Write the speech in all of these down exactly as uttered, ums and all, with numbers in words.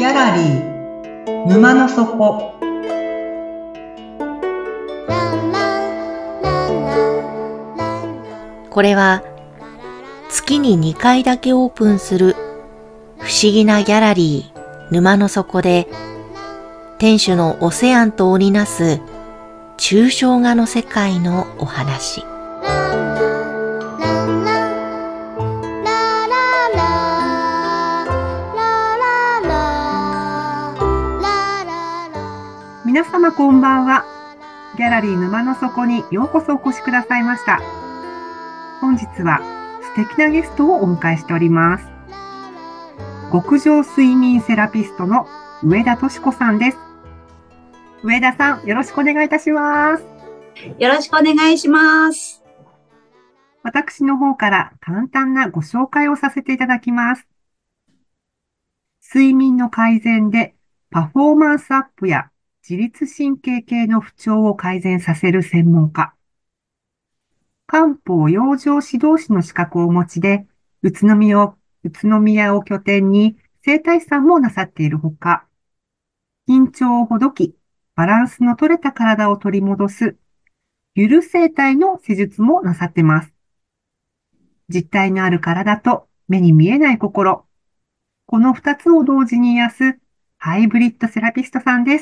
ギャラリー沼の底。 これは月ににかいだけオープンする不思議なギャラリー沼の底で、店主のオセアンと織りなす抽象画の世界のお話。 皆様こんばんは。ギャラリー沼の底にようこそお越しくださいました。本日は素敵なゲストをお迎えしております。極上睡眠セラピストの上田敏子さんです。上田さん、よろしくお願いいたします。 よろしくお願いします。 私の方から簡単なご紹介をさせていただきます。睡眠の改善でパフォーマンスアップや自律神経系の不調を改善させる専門家。漢方養生指導士の資格をお持ちで、宇都宮を、宇都宮を拠点に整体師さんもなさっているほか、緊張をほどき、バランスの取れた体を取り戻す、ゆる整体の施術もなさっています。実体のある体と目に見えない心、この二つを同時に癒すハイブリッドセラピストさんです。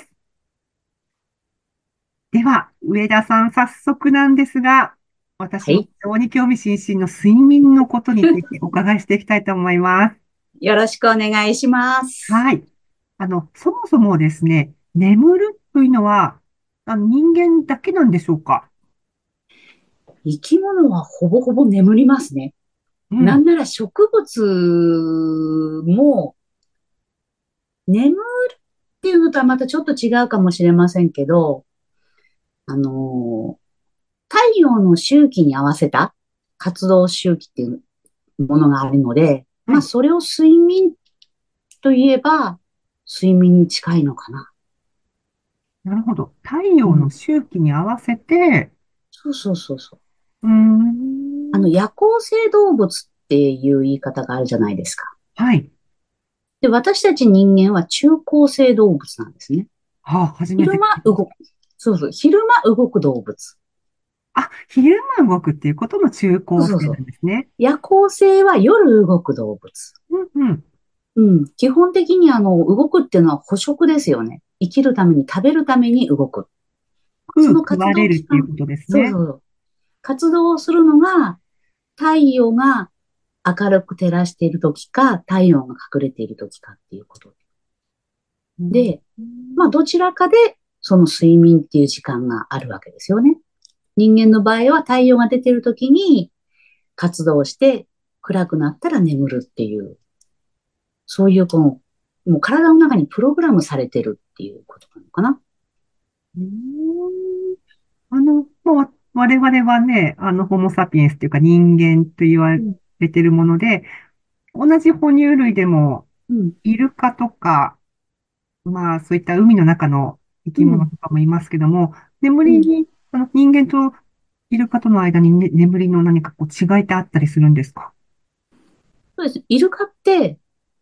では、上田さん、早速なんですが、私も非はい。 常に興味津々の睡眠のことについてお伺いしていきたいと思います。 よろしくお願いします。 はい。あの、そもそもですね、眠るというのは、あの人間だけなんでしょうか？ 生き物はほぼほぼ眠りますね。 うん。 なんなら植物も眠るっていうのとはまたちょっと違うかもしれませんけど、あの、太陽の周期に合わせた活動周期っていうものがあるので、 はい。 まあそれを睡眠といえば睡眠に近いのかな。 なるほど。太陽のうん。 周期に合わせて、 そうそうそうそう。 うーん。 あの、夜行性動物っていう言い方があるじゃないですか。 はい。 で、私たち人間は中高生動物なんですね。 はあ、初めて昼聞きました。 間動く。そうそう。昼間動く動物。 あ、昼間動くっていうことの中高生なそうそうそう。 んですね。 夜行性は夜動く動物。 うんうん。 うん。基本的にあの、動くっていうのは捕食ですよね。生きるために食べるために動く。そ食う、食の活われ動期間。 るっていうことですね。 そうそうそう。活動をするのが太陽が明るく照らしている時か、太陽が隠れている時かっていうことうん。 で、まあ、どちらかで、その睡眠っていう時間があるわけですよね。人間の場合は太陽が出てる時に活動して、暗くなったら眠るっていう、そういうこう、もう体の中にプログラムされてるっていうことなのかな。 うーん。あの、まあ、我々はね、あの、ホモサピエンスっていうか人間と言わうん、 れてるもので、同じ哺乳類でも、 うん、 イルカとか、まあ、そういった海の中の生き物うん、 とかもいますけども、眠うん。 りに、あの人間とイルカとの間に、ね、眠りの何かこう違いってあったりするんですか？ そうです。イルカって、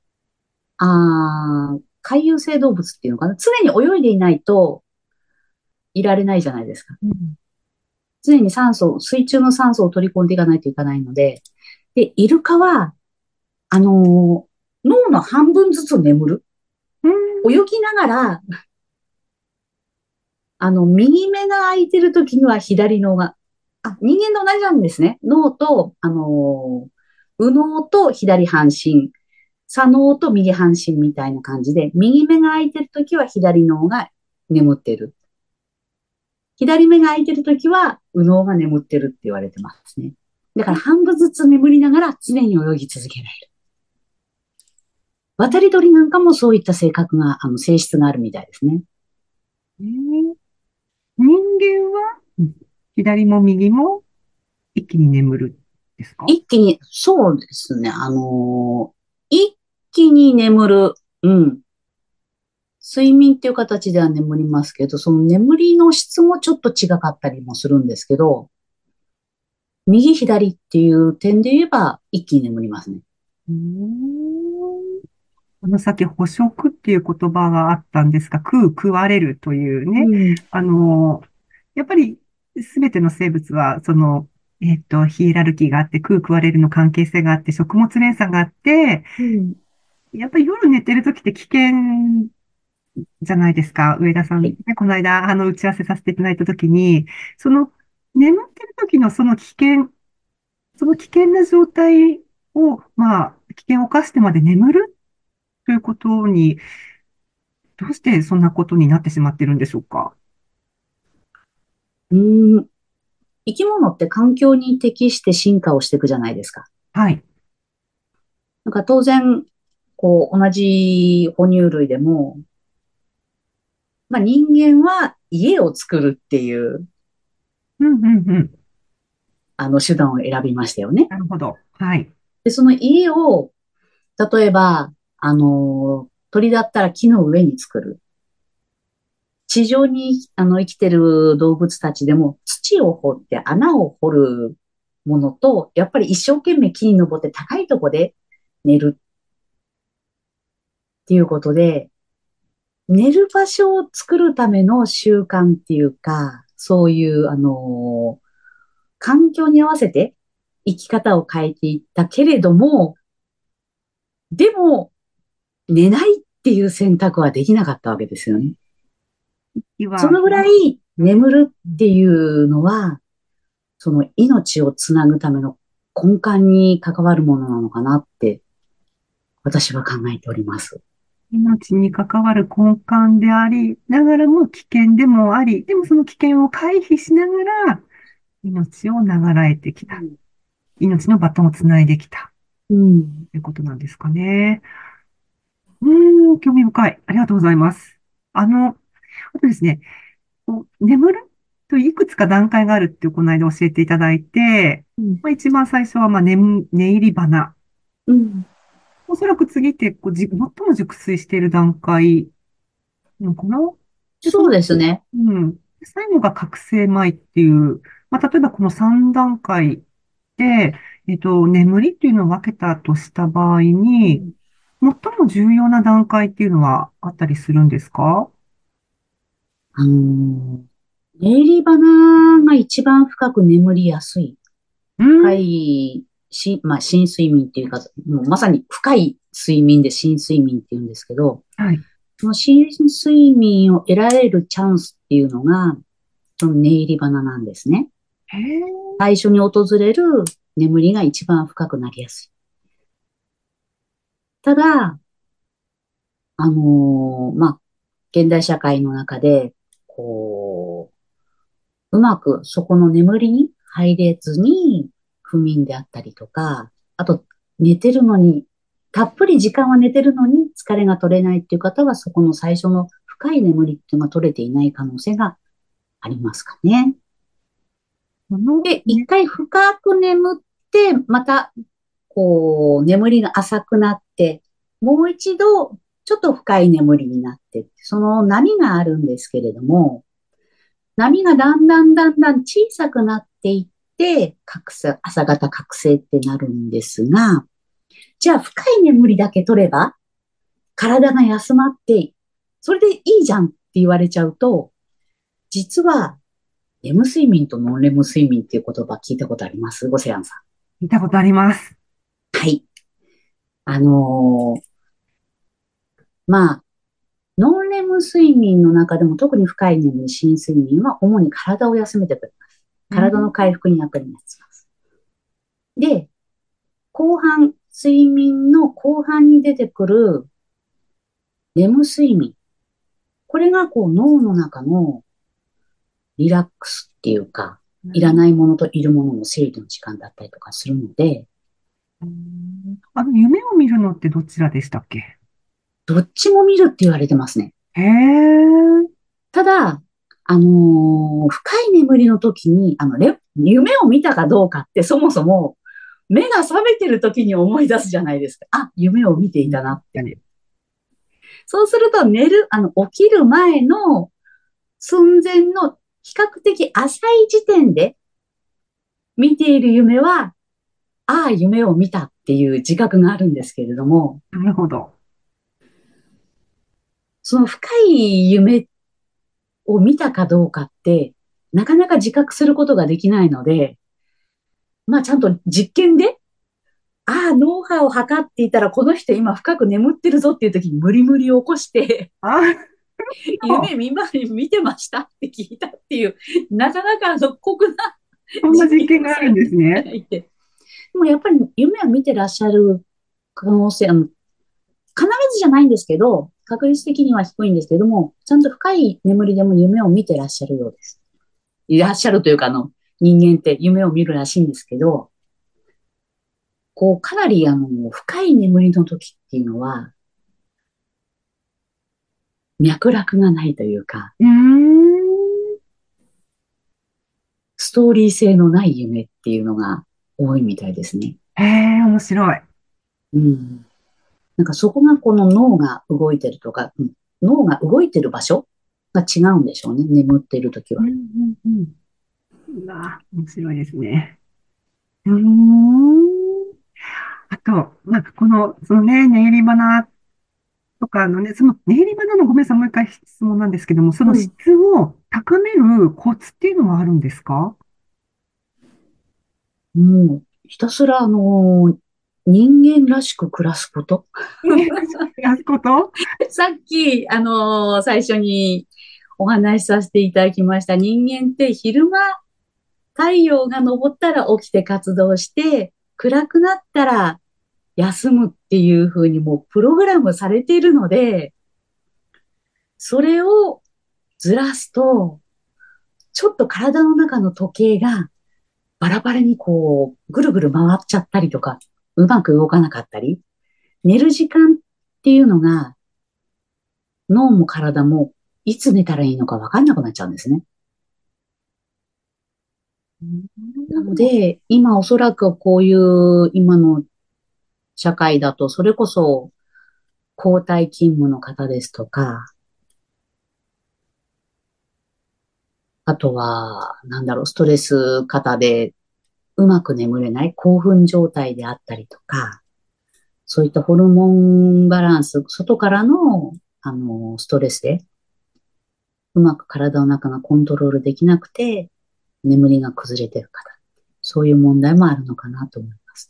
あー、回遊性動物っていうのかな。常に泳いでいないといられないじゃないですか。 うん。 常に酸素、水中の酸素を取り込んでいかないといけないので、で、イルカは、あのー脳の半分ずつ眠る。 うーん。 泳ぎながら、あの、右目が開いてる時には左脳が、あ、人間と同じなんですね。脳と、あのー右脳と左半身、左脳と右半身みたいな感じで、右目が開いてる時は左脳が眠ってる。左目が開いてる時は右脳が眠ってるって言われてますね。だから半分ずつ眠りながら常に泳ぎ続けられる。渡り鳥なんかもそういった性格が、あの、性質があるみたいですね。 えー人間は、うん左も右も一気に眠るですか？ 一気に、そうですね、あのー一気に眠る。うん。睡眠っていう形では眠りますけど、その眠りの質もちょっと違かったりもするんですけど、右左っていう点で言えば一気に眠りますね。 うーん。 この先、捕食っていう言葉があったんですが、食う、食われるというね、 うん、 あの、やっぱり、すべての生物は、その、えっと、ヒエラルキーがあって、食う、食われるの関係性があって、食物連鎖があって、 うん。 やっぱり夜寝てる時って危険じゃないですか。上田さん、 はい。 ね、この間、あの、打ち合わせさせていただいた時に、その、眠ってる時のその危険、その危険な状態を、まあ、危険を冒してまで眠るということに、どうしてそんなことになってしまってるんでしょうか。 うん。生き物って環境に適して進化をしていくじゃないですか。 はい。 なんか当然、こう、同じ哺乳類でも、まあ人間は家を作るっていう、 うん、うん、うん。 あの手段を選びましたよね。 なるほど。はい。 で、その家を、例えば、あの、鳥だったら木の上に作る。地上にあの生きてる動物たちでも土を掘って穴を掘るものと、やっぱり一生懸命木に登って高いところで寝るっていうことで、寝る場所を作るための習慣っていうか、そういう、あの、環境に合わせて生き方を変えていったけれども、でも寝ないっていう選択はできなかったわけですよね。 木は、 そのぐらい眠るっていうのは、その命をつなぐための根幹に関わるものなのかなって私は考えております。 命に関わる根幹でありながらも危険でもあり、でもその危険を回避しながら命を長らえてきた。 うん。 命のバトンをつないできた。 うん。 ということなんですかね。うーん、興味深い。ありがとうございます。あの、あとですね、こう眠るといくつか段階があるってこの間教えていただいて、 うん。 まあ、一番最初は、まあ、眠、寝入り花。 うん。 おそらく次ってこうじ、最も熟睡している段階なのかな。で、そそうの、 ですね。 うん。最後が覚醒前っていう、まあ、例えばこのさん段階で、えっと、眠りっていうのを分けたとした場合に、 うん。 最も重要な段階っていうのはあったりするんですか？ あのー寝入り花が一番深く眠りやすい。深うん。 いし、まあ、深睡眠っていうか、もうまさに深い睡眠で深睡眠って言うんですけど、 はい。 その深睡眠を得られるチャンスっていうのが、その寝入り花なんですね。 へえ。 最初に訪れる眠りが一番深くなりやすい。ただ、あのーまあ、現代社会の中で、こう、うまくそこの眠りに入れずに、不眠であったりとか、あと、寝てるのに、たっぷり時間は寝てるのに疲れが取れないっていう方は、そこの最初の深い眠りっていうのが取れていない可能性がありますかね。 この、 で、一ね、 回深く眠って、また、こう、眠りが浅くなって、もう一度、ちょっと深い眠りになって、その波があるんですけれども、波がだんだんだんだん小さくなっていって、覚醒、朝方覚醒ってなるんですが、じゃあ深い眠りだけ取れば、体が休まって、それでいいじゃんって言われちゃうと、実は、レム睡眠とノンレム睡眠っていう言葉聞いたことありますごせやんさん？ 見たことあります。 はい。あのーまあ、ノンレム睡眠の中でも特に深い眠り、深睡眠は主に体を休めてくれます。 うん。 体の回復に役に立ちます。で、後半、睡眠の後半に出てくるレム睡眠。これがこう脳の中のリラックスっていうか、いらないものといるものの整理の時間だったりとかするので、 うん。あの、夢を見るのってどちらでしたっけ？ どっちも見るって言われてますね。 へえ。 ただ、あのー深い眠りの時に、あの、レ夢を見たかどうかってそもそも目が覚めてる時に思い出すじゃないですか。あ、夢を見ていたなって。 確かに。 そうすると寝る、あの、起きる前の寸前の比較的浅い時点で見ている夢は、ああ、夢を見たっていう自覚があるんですけれども、 なるほど。 その深い夢を見たかどうかって、なかなか自覚することができないので、まあちゃんと実験で、ああ、脳波を測っていたら、この人今深く眠ってるぞっていう時に無理無理起こして、 あ、そう。 夢見ま、見てましたって聞いたっていう、なかなかあの酷なそんな実実験験があるんをされていですね。 ただいて。でもやっぱり夢を見てらっしゃる可能性、あの必ずじゃないんですけど、確率的には低いんですけども、ちゃんと深い眠りでも夢を見てらっしゃるようです。いらっしゃるというか、あの、人間って夢を見るらしいんですけど、こう、かなりあの、深い眠りの時っていうのは、脈絡がないというか、 うーん。 ストーリー性のない夢っていうのが多いみたいですね。 へえ、面白い。 うん。なんかそこがこの脳が動いてるとか、うん脳が動いてる場所が違うんでしょうね。眠っている時は。 うんうんうん。うわ、面白いですね。うーん。あと、まあ、この、そのね、寝入り花とかのね、その寝入り花のごめんなさい、もう一回質問なんですけども、その質うん。 を高めるコツっていうのはあるんですか？ もう、ひたすらあの、人間らしく暮らすこと。 やること？ さっき、あのー最初にお話しさせていただきました人間って昼間、太陽が昇ったら起きて活動して、暗くなったら休むっていうふうにもうプログラムされているので、それをずらすと、ちょっと体の中の時計がバラバラにこう、ぐるぐる回っちゃったりとか、うまく動かなかったり、寝る時間っていうのが脳も体もいつ寝たらいいのか分かんなくなっちゃうんですね。 うん。 なので、今おそらくこういう今の社会だと、それこそ交代勤務の方ですとか、あとは、なんだろう、ストレス方でうまく眠れない興奮状態であったりとか、そういったホルモンバランス、外からの、あの、ストレスでうまく体の中がコントロールできなくて、眠りが崩れてる方。そういう問題もあるのかなと思います。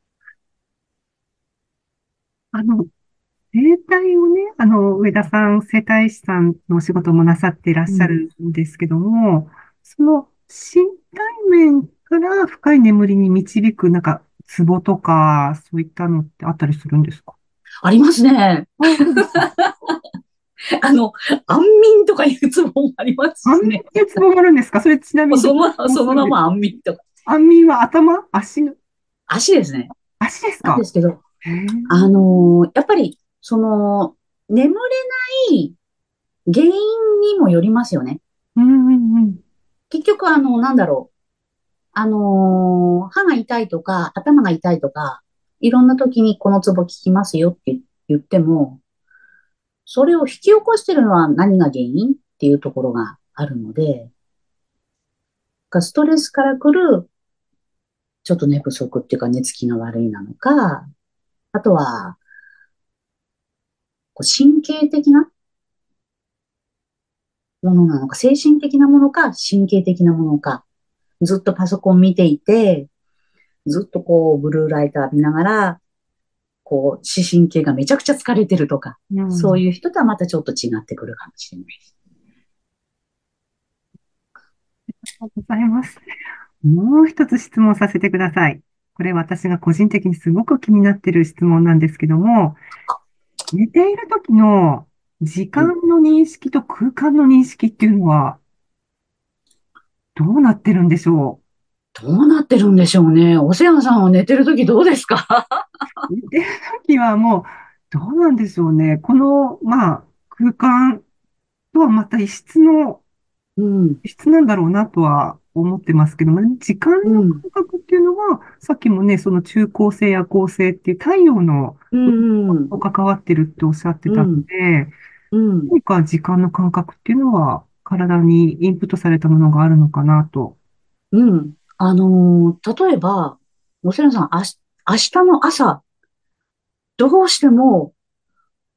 あの、整体をね、あの、上田さん、整体師さんのお仕事もなさっていらっうん。 しゃるんですけども、その身体面から深い眠りに導く、なんか、ツボとか、そういったのってあったりするんですか？ ありますね。 ああ、そうですか。 あの、安眠とかいうツボもありま安眠すしね。 っていうツボがあるんですか？それちなみにどうその、 どうするんですか？ そのまま安眠とか。 安眠は頭足の、 足ですね。なんで足ですか？ すけど、 へえ。 あのーやっぱり、その、眠れない原因にもよりますよね。 うんうんうん。 結局、あの、なんだろう。あのー歯が痛いとか、頭が痛いとか、いろんな時にこのツボ効きますよって言っても、それを引き起こしてるのは何が原因っていうところがあるので、ストレスから来るちょっと寝不足っていうか寝つきが悪いなのか、あとは、こう神経的なものなのか、精神的なものか、神経的なものか、ずっとパソコン見ていて、ずっとこう、ブルーライト浴びながら、こう、視神経がめちゃくちゃ疲れてるとか、 うん。 そういう人とはまたちょっと違ってくるかもしれないです。 ありがとうございます。もう一つ質問させてください。これ私が個人的にすごく気になっている質問なんですけども、寝ている時の時間うん。 の認識と空間の認識っていうのはどうなってるんでしょどうなってるんでしょうね。オセアンさんは寝てるときどうですか？ う？寝てる時はもうどうなんでしょうね。この、まあ、空間とはまた異質のうん、 異質なんだろうなとは思ってますけども、時間のうん、 感覚っていうのは、さっきもね、その中高生、夜行性っていう太陽のうん、うん、 と関わってるっておっしゃってたのうん、 で、 うん。 何か時間の感覚っていうのは体にインプットされたものがあるのかなと。 うん。あのー例えば、オセアンさん、あし、明日の朝、どうしても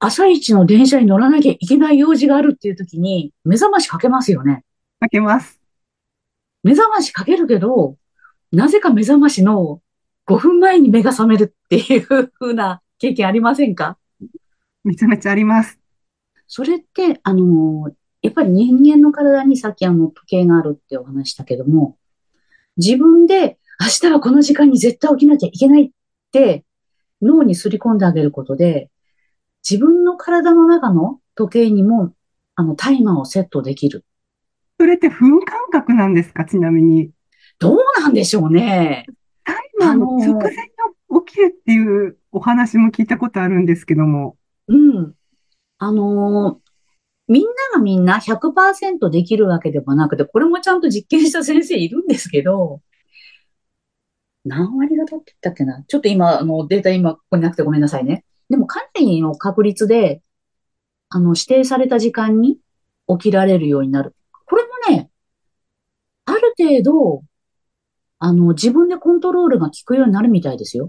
朝一の電車に乗らなきゃいけない用事があるっていう時に、目覚ましかけますよね。 かけます。 目覚ましかけるけど、なぜか目覚ましのごふんまえに目が覚めるっていう風な経験ありませんか？ めちゃめちゃあります。 それって、あの、やっぱり人間の体にさっきあの時計があるってお話したけども、自分で明日はこの時間に絶対起きなきゃいけないって脳にすり込んであげることで、自分の体の中の時計にも、あの、タイマーをセットできる。 それって分感覚なんですか、ちなみに？ どうなんでしょうね。 タイマーあの直前の、 に起きるっていうお話も聞いたことあるんですけども。 うん。あの、みんながみんなひゃくパーセントできるわけでもなくて、これもちゃんと実験した先生いるんですけど、何割方って言ったっけな。ちょっと今、あの、データ今ここになくてごめんなさいね。でもかなりの確率で、あの、指定された時間に起きられるようになる。これもね、ある程度、あの、自分でコントロールが効くようになるみたいですよ。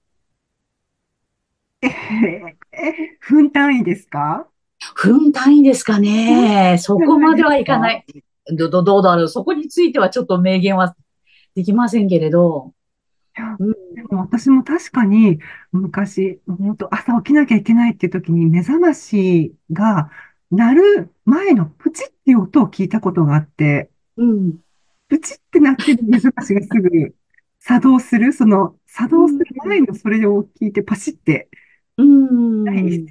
えへえ、分単位ですか？ 分単位ですかそうね。そじゃないでこまではいかなすか？ い。ど、ど、どうだろう。そこについてはちょっと明言はできませんけれど。 いや、 うん、 でも私も確かに昔、本当朝起きなきゃいけないっていう時に目覚ましが鳴る前のプチっていう音を聞いたことがあって、 うん、 プチって鳴ってる目覚ましがすぐ作動する、その作動するうん、 前のそれを聞いてパシって、 うん、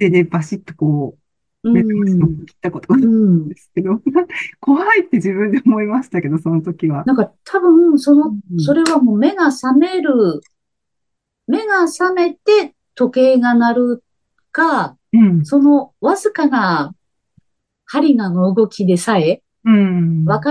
第一声でバシッとこうう、目覚ましをん、 切ったことがあるんうん。 ですけど、怖いって自分で思いましたけど、その時は。 なんか多分、そうの、そん。 れはもう目が覚める、目が覚めて時計が鳴るか、 うん。 そのわずかな針がの動きでさえ、 うん。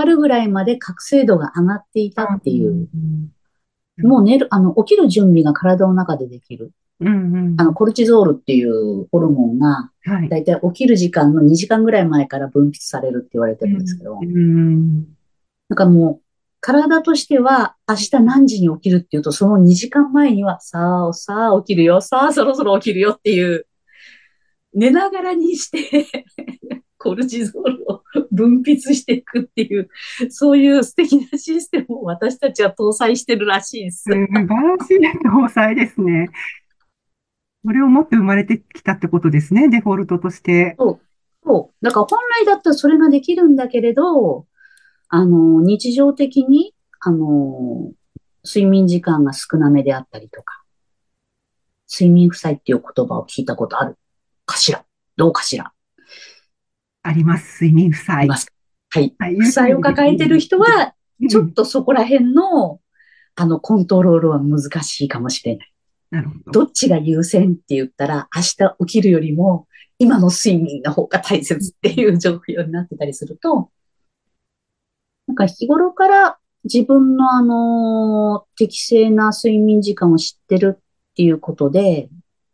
わかるぐらいまで覚醒度が上がっていたっあ、うていう、 ん。 もう寝る、あの、起きる準備が体の中でできる。 うん。うあの、 ん。 コルチゾールっていうホルモンが、 はい。 だいたい起きる時間のにじかんぐらい前から分泌されるって言われてるんですけうん。うど、 ん。 なんかもう、体としては明日何時に起きるっていうと、そのにじかんまえには、さあ、さあ起きるよ、さあそろそろ起きるよっていう、寝ながらにしてコルチゾールを分泌していくっていう、そういう素敵なシステムを私たちは搭載してるらしいです。 素晴らしい搭載ですね。それを持って生まれてきたってことですね、デフォルトとして。 そう。そう。だから本来だったらそれができるんだけれど、あの、日常的に、あの、睡眠時間が少なめであったりとか、睡眠負債っていう言葉を聞いたことあるかしら？どうかしら？ あります、睡眠負債。 いますか？はい。 はい、言う通負債をりですね。 抱えてる人は、ちょっうん。 とそこら辺の、あの、コントロールは難しいかもしれない。 なるほど。 どっちが優先って言ったら、明日起きるよりも、今の睡眠の方が大切っていう状況になってたりすると、なんか日頃から自分のあの、適正な睡眠時間を知ってるっていうことで、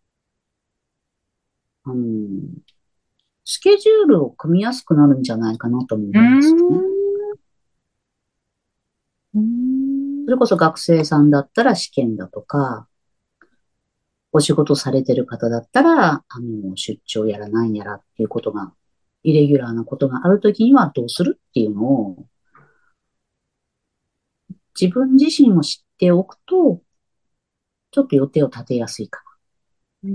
あの、スケジュールを組みやすくなるんじゃないかなともうー思うんですよね。 ん。うーん。 それこそ学生さんだったら試験だとか、お仕事されてる方だったら、あの、出張やらなんやらっていうことが、イレギュラーなことがあるときにはどうするっていうのを、自分自身を知っておくと、ちょっと予定を立てやすいかな。 うん。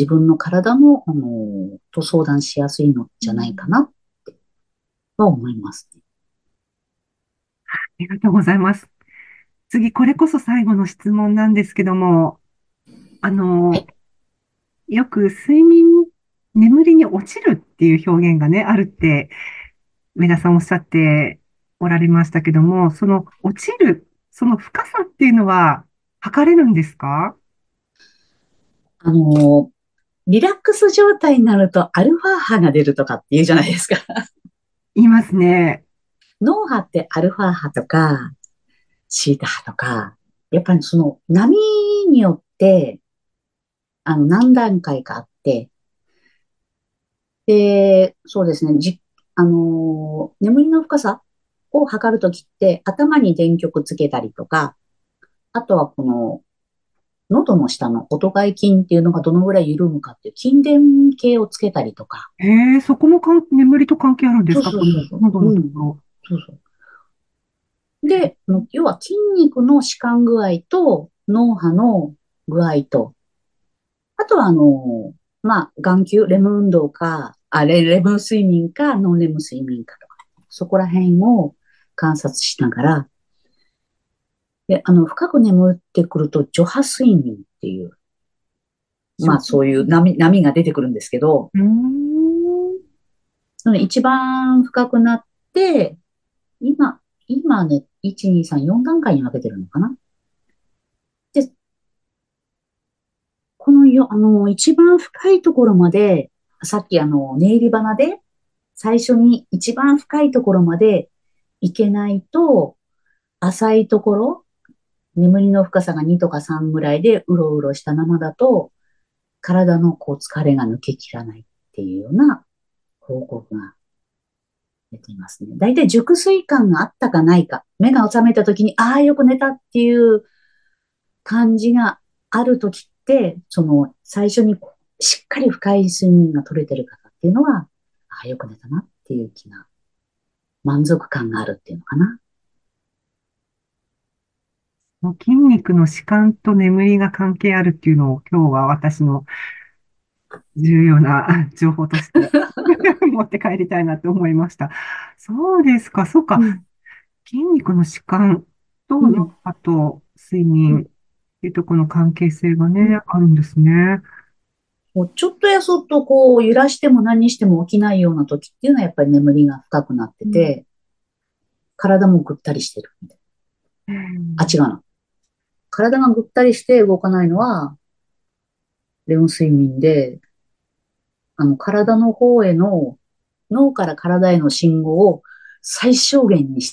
自分の体も、あの、と相談しやすいのじゃないかなっては思いますね。 ありがとうございます。次、これこそ最後の質問なんですけども、あの、 はい。 よく睡眠、眠りに落ちるっていう表現がね、あるって、上田さんおっしゃっておられましたけども、その落ちる、その深さっていうのは測れるんですか？ あの、リラックス状態になるとアルファ波が出るとかって言うじゃないですか。 言いますね。 脳波ってアルファ波とか、シータ波とか、やっぱりその波によって、あの、何段階かあって、で、そうですね、じ、あのー眠りの深さを測るときって、頭に電極つけたりとか、あとはこの喉の下の音外筋っていうのがどのぐらい緩むかっていう筋電計をつけたりとか。 へえ、そこもかん、眠りと関係あるんでそうすか？このそうそうそう。 喉のうん。 ところ。 そうそう。で、あの要は筋肉の弛緩具合と脳波の具合と、あとはあの、まあ、眼球、レム運動か、あれ、レム睡眠か、ノンレム睡眠かとか、そこら辺を観察しながら、で、あの、深く眠ってくると、徐波睡眠っていう、 ちょ、 まあ、そういう波、波が出てくるんですけど、 うーん。 その一番深くなって、今、今ね、いち、に、さん、よん段階に分けてるのかな。で、このよ、あの、一番深いところまで、さっきあの、寝入り花で、最初に一番深いところまで行けないと、浅いところ、眠りの深さがにとかさんぐらいでうろうろしたままだと、体のこう疲れが抜けきらないっていうような報告が出ていますね。だいたい熟睡感があったかないか、目が覚めた時に、ああ、よく寝たっていう感じがある時って、その最初にしっかり深い睡眠が取れてる方っていうのは、ああ、よく寝たなっていう気が、満足感があるっていうのかな。 筋肉の弛緩と眠りが関係あるっていうのを今日は私の重要な情報として持って帰りたいなと思いました。そうですか、そうか。 うん、 筋肉の弛緩と脳うん、 波と睡うん、 眠っていうところの関係性がね、 うん。 あるんですね。 こうちょっとやそっとこう揺らしても何にしても起きないような時っていうのはやっぱり眠りが深くなってうん。 て、体もぐったりしてる。 うあ、違うん。 な。体がぐったりして動かないのはレム睡眠で、あの体の方への、脳から体への信号を最小限にして、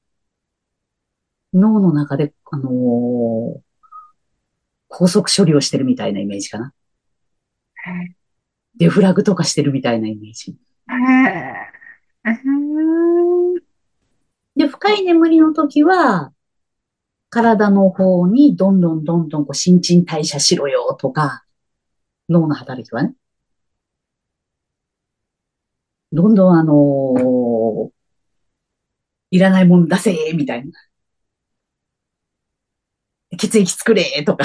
脳の中で、あのー高速処理をしてるみたいなイメージかな。デフラグとかしてるみたいなイメージ。 へえ。へえ。 で、深い眠りの時は、体の方にどんどんどんどんこう新陳代謝しろよとか、脳の働きはね、どんどんあのーいらないもん出せみたいな。血液作れとか。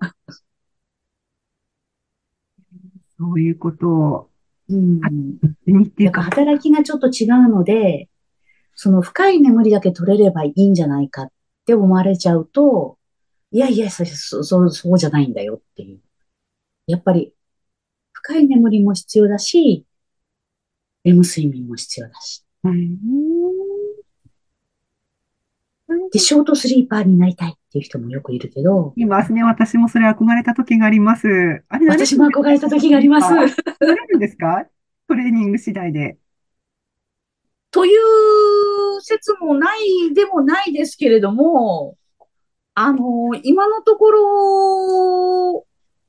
そういうことを、 うはん。 にっていうか、 だから働きがちょっと違うので、その深い眠りだけ取れればいいんじゃないかって思われちゃうと、いやいや、そ、そ、そうそうじゃないんだよっていう。やっぱり深い眠りも必要だし、レム睡眠も必要だし。 うん。 で、ショートスリーパーになりたいっていう人もよくいるけど、 いますね。私もそれ憧れた時があります。あれ、なれる私もんですか？ 憧れた時があります。 あ、なれるんですか？トレーニング次第で。 という説もないでもないですけれども、あの、今のところ、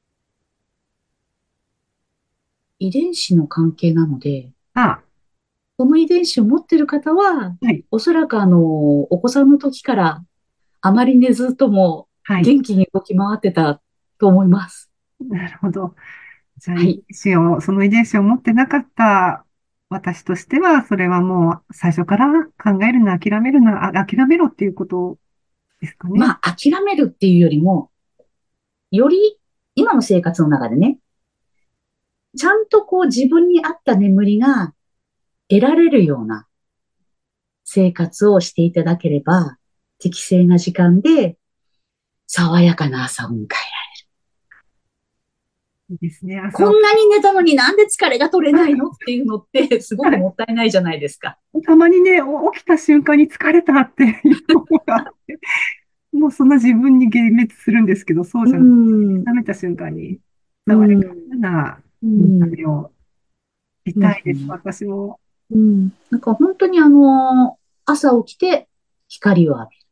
遺伝子の関係なので、 あ、 その遺伝子を持っている方は、 はい。 おそらくあの、お子さんの時からあまり寝ずともはい。 元気に動き回ってたと思います。 なるほど。じゃあ、遺伝はい。 子を、その遺伝子を持ってなかった私としては、それはもう最初から考えるな、諦めるな、あ、諦めろっていうことですかね。 まあ、諦めるっていうよりも、より今の生活の中でね、ちゃんとこう自分に合った眠りが得られるような生活をしていただければ、適正な時間で爽やかな朝を迎えられる。 いいですね。朝を、 こんなに寝たのになんで疲れが取れないのっていうのってすごくもったいないじゃないですか。 たまにね、お起きた瞬間に疲れたっていうのがあって、もうそんな自分に幻滅するんですけど、そううじゃなくて、 ん。 冷めた瞬間にう爽やかん。 なう見たん。 目を見そうたいです、 そう。 私も。 うん。なんか本当にあの、朝起きて光を浴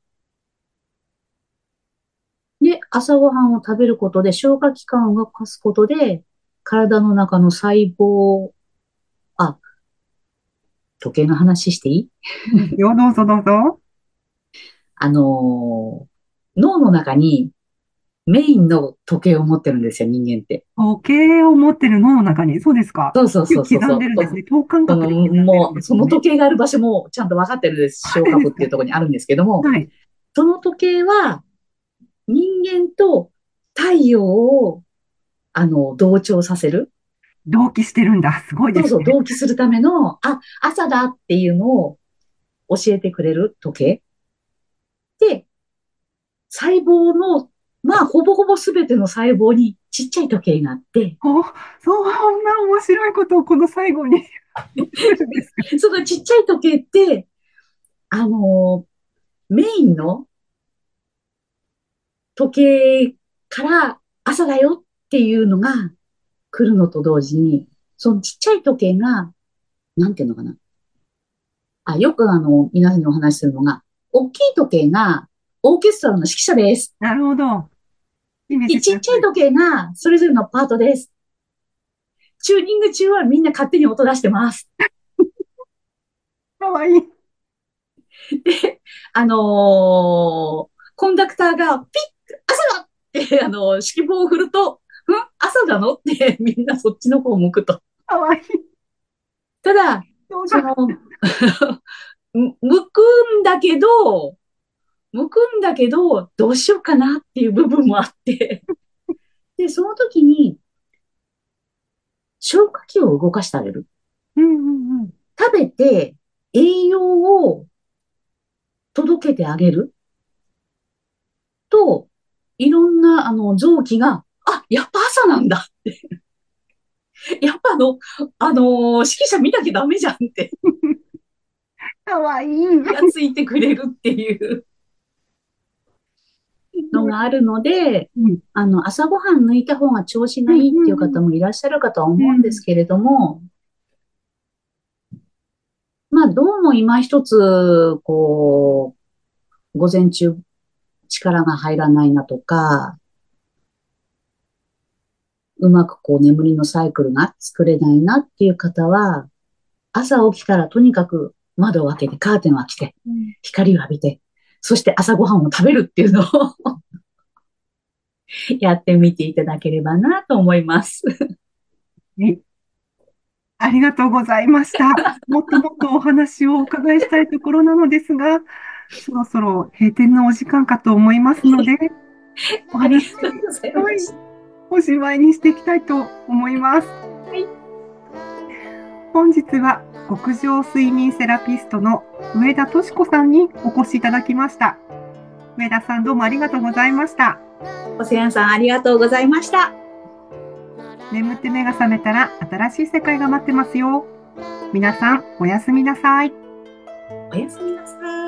びる。で、朝ごはんを食べることで消化器官を動かすことで、体の中の細胞、あ、時計の話していい？ いいですよ、どうぞどうぞ。 あのー脳の中にメインの時計を持ってるんですよ、人間って。 時計を持ってる脳の中に、そうですか。 そうそうそうそう刻んそう。そでるんですね。等間その、 隔で刻んでるんもう、そのですね。 時計がある場所もちゃんと分かってるんです。 あれですか。 視床下部っていうところにあるんですけども、 はい。 その時計は人間と太陽を、あの、同調させる。 同期してるんだ。すごいでそうそう、 すね。 同期するための、あ、朝だっていうのを教えてくれる時計。で、細胞の、まあ、ほぼほぼ全ての細胞にちっちゃい時計があって、 お、そんな面白いことをこの最後にするんですか。 そのちっちゃい時計って、あの、メインの時計から朝だよっていうのが来るのと同時に、そのちっちゃい時計が、なんていうのかな。あ、よくあの、皆さんにお話しするのが、大きい時計がオーケストラの指揮者です。 なるほど。イメーで、 ジしやすい。 ちっちゃい時計がそれぞれのパートです。チューニング中はみんな勝手に音出してます。 かわいい。 で、あのーコンダクターがピッ、朝だって、あのー指揮棒を振ると、ん朝なのってみんなそっちの方を向くと。 かわいい。 ただ、 そうだ。 その、む向くんだけど、向くんだけど、どうしようかなっていう部分もあって、で、その時に消化器を動かしてあげる。 うんうんうん。 食べて栄養を届けてあげると、いろんなあの臓器が、あ、やっぱ朝なんだ。やっぱあの、あのー指揮者見なきゃダメじゃんってかわいい。 気がついてくれるっていうのがあるので、 うん。 あの、朝ごはん抜いた方が調子うんがいいっていううん方もいらっしゃるかとはうん。 思うんですうん。 けれども、まあ、どうも今一つ、こう、午前中力が入らないなとか、うまくこう眠りのサイクルが作れないなっていう方は、朝起きたらとにかく窓を開けてカーテンを開けて、 うん。 光を浴びて、そして朝ごはんを食べるっていうのをやってみていただければなと思います。 はい。ありがとうございました。もっともっとお話をお伺いしたいところなのですが、そろそろ閉店のお時間かと思いますので、おありが話、 とうございはい、 ました。 おしまいにしていきたいと思います。 はい。 本日は極上睡眠セラピストの上田敏子さんにお越しいただきました。上田さんどうもありがとうございました。 おせやさんありがとうございました。 眠って目が覚めたら新しい世界が待ってますよ。皆さんおやすみなさい。 おやすみなさい。